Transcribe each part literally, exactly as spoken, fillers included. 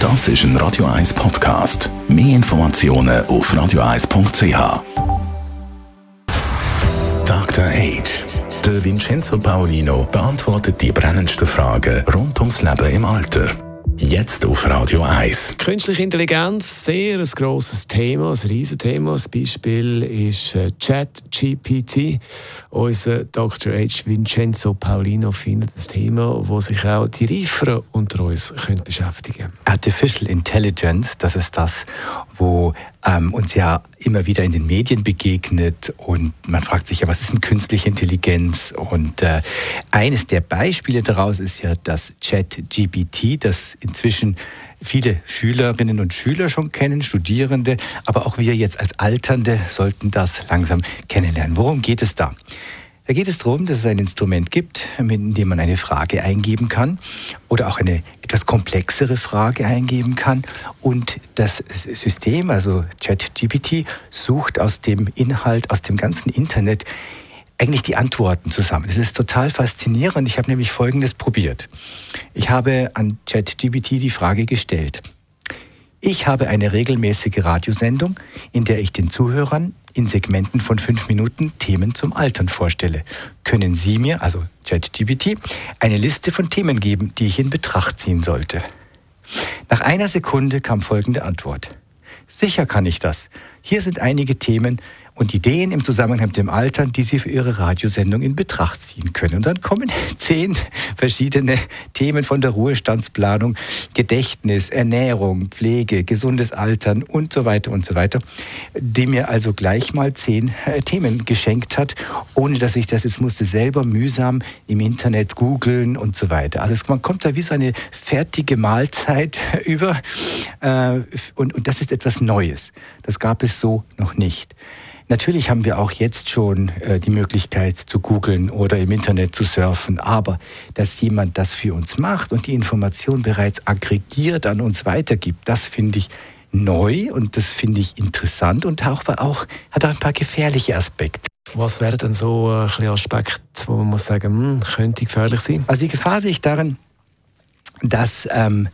Das ist ein Radio eins Podcast. Mehr Informationen auf radio eins punkt c h. Doktor Age. Der Vincenzo Paolino beantwortet die brennendsten Fragen rund ums Leben im Alter. Jetzt auf Radio eins. Künstliche Intelligenz, sehr ein grosses Thema, ein Riesenthema. Das Beispiel ist äh, ChatGPT. Unser Doktor H. Vincenzo Paolino findet ein Thema, wo sich auch die Reiferen unter uns können beschäftigen können. Artificial Intelligence, das ist das, wo ähm, uns ja immer wieder in den Medien begegnet, und man fragt sich ja, was ist denn künstliche Intelligenz? Und äh, eines der Beispiele daraus ist ja das ChatGPT, das inzwischen viele Schülerinnen und Schüler schon kennen, Studierende, aber auch wir jetzt als Alternde sollten das langsam kennenlernen. Worum geht es da? Da geht es darum, dass es ein Instrument gibt, mit dem man eine Frage eingeben kann oder auch eine etwas komplexere Frage eingeben kann. Und das System, also ChatGPT, sucht aus dem Inhalt, aus dem ganzen Internet eigentlich die Antworten zusammen. Das ist total faszinierend. Ich habe nämlich Folgendes probiert. Ich habe an ChatGPT die Frage gestellt: Ich habe eine regelmäßige Radiosendung, in der ich den Zuhörern in Segmenten von fünf Minuten Themen zum Altern vorstelle. Können Sie mir, also ChatGPT, eine Liste von Themen geben, die ich in Betracht ziehen sollte? Nach einer Sekunde kam folgende Antwort: Sicher kann ich das. Hier sind einige Themen und Ideen im Zusammenhang mit dem Altern, die Sie für Ihre Radiosendung in Betracht ziehen können. Und dann kommen zehn verschiedene Themen von der Ruhestandsplanung, Gedächtnis, Ernährung, Pflege, gesundes Altern und so weiter und so weiter, die mir also gleich mal zehn äh, Themen geschenkt hat, ohne dass ich das jetzt musste selber mühsam im Internet googeln und so weiter. Also man kommt da wie so eine fertige Mahlzeit über äh, und, und das ist etwas Neues. Das gab es so noch nicht. Natürlich haben wir auch jetzt schon äh, die Möglichkeit zu googeln oder im Internet zu surfen, aber dass jemand das für uns macht und die Information bereits aggregiert an uns weitergibt, das finde ich neu und das finde ich interessant und auch, auch, hat auch ein paar gefährliche Aspekte. Was wäre denn so ein bisschen Aspekt, wo man muss sagen, hm, könnte gefährlich sein? Also die Gefahr sehe ich darin, dass ähm,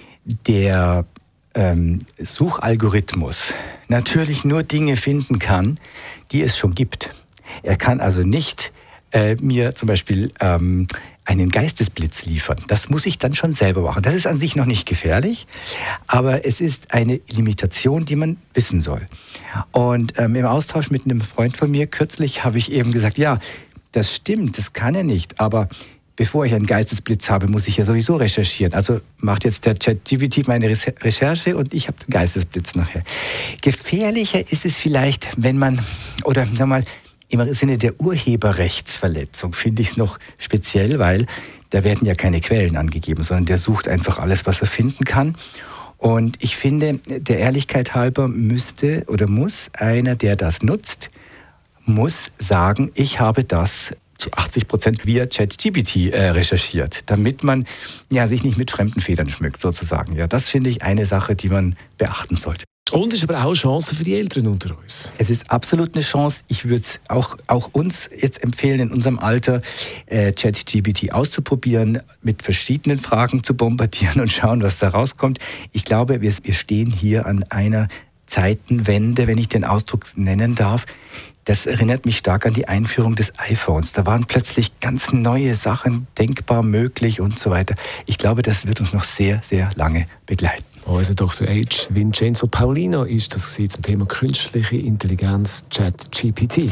der ähm, Suchalgorithmus natürlich nur Dinge finden kann, die es schon gibt. Er kann also nicht äh, mir zum Beispiel ähm, einen Geistesblitz liefern. Das muss ich dann schon selber machen. Das ist an sich noch nicht gefährlich, aber es ist eine Limitation, die man wissen soll. Und ähm, im Austausch mit einem Freund von mir kürzlich habe ich eben gesagt, ja, das stimmt, das kann er nicht, aber bevor ich einen Geistesblitz habe, muss ich ja sowieso recherchieren. Also macht jetzt der ChatGPT meine Recherche und ich habe den Geistesblitz nachher. Gefährlicher ist es vielleicht, wenn man, oder nochmal, im Sinne der Urheberrechtsverletzung finde ich es noch speziell, weil da werden ja keine Quellen angegeben, sondern der sucht einfach alles, was er finden kann. Und ich finde, der Ehrlichkeit halber müsste oder muss einer, der das nutzt, muss sagen, ich habe das zu achtzig Prozent via ChatGPT äh, recherchiert, damit man ja, sich nicht mit fremden Federn schmückt, sozusagen. Ja, das finde ich eine Sache, die man beachten sollte. Und es ist aber auch eine Chance für die Älteren unter uns. Es ist absolut eine Chance. Ich würde es auch, auch uns jetzt empfehlen, in unserem Alter äh, ChatGPT auszuprobieren, mit verschiedenen Fragen zu bombardieren und schauen, was da rauskommt. Ich glaube, wir, wir stehen hier an einer Zeitenwende, wenn ich den Ausdruck nennen darf. Das erinnert mich stark an die Einführung des iPhones. Da waren plötzlich ganz neue Sachen denkbar, möglich und so weiter. Ich glaube, das wird uns noch sehr, sehr lange begleiten. Unser Doktor H. Vincenzo Paolino ist das zum Thema künstliche Intelligenz ChatGPT.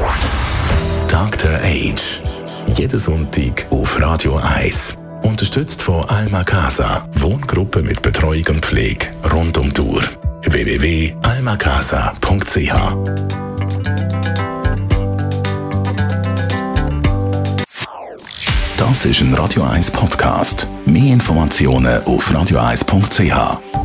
Doktor Age. Jeden Sonntag auf Radio eins. Unterstützt von Alma Casa. Wohngruppe mit Betreuung und Pflege rund um die Uhr. w w w punkt alma casa punkt c h. Das ist ein Radio eins Podcast. Mehr Informationen auf radio eins punkt c h.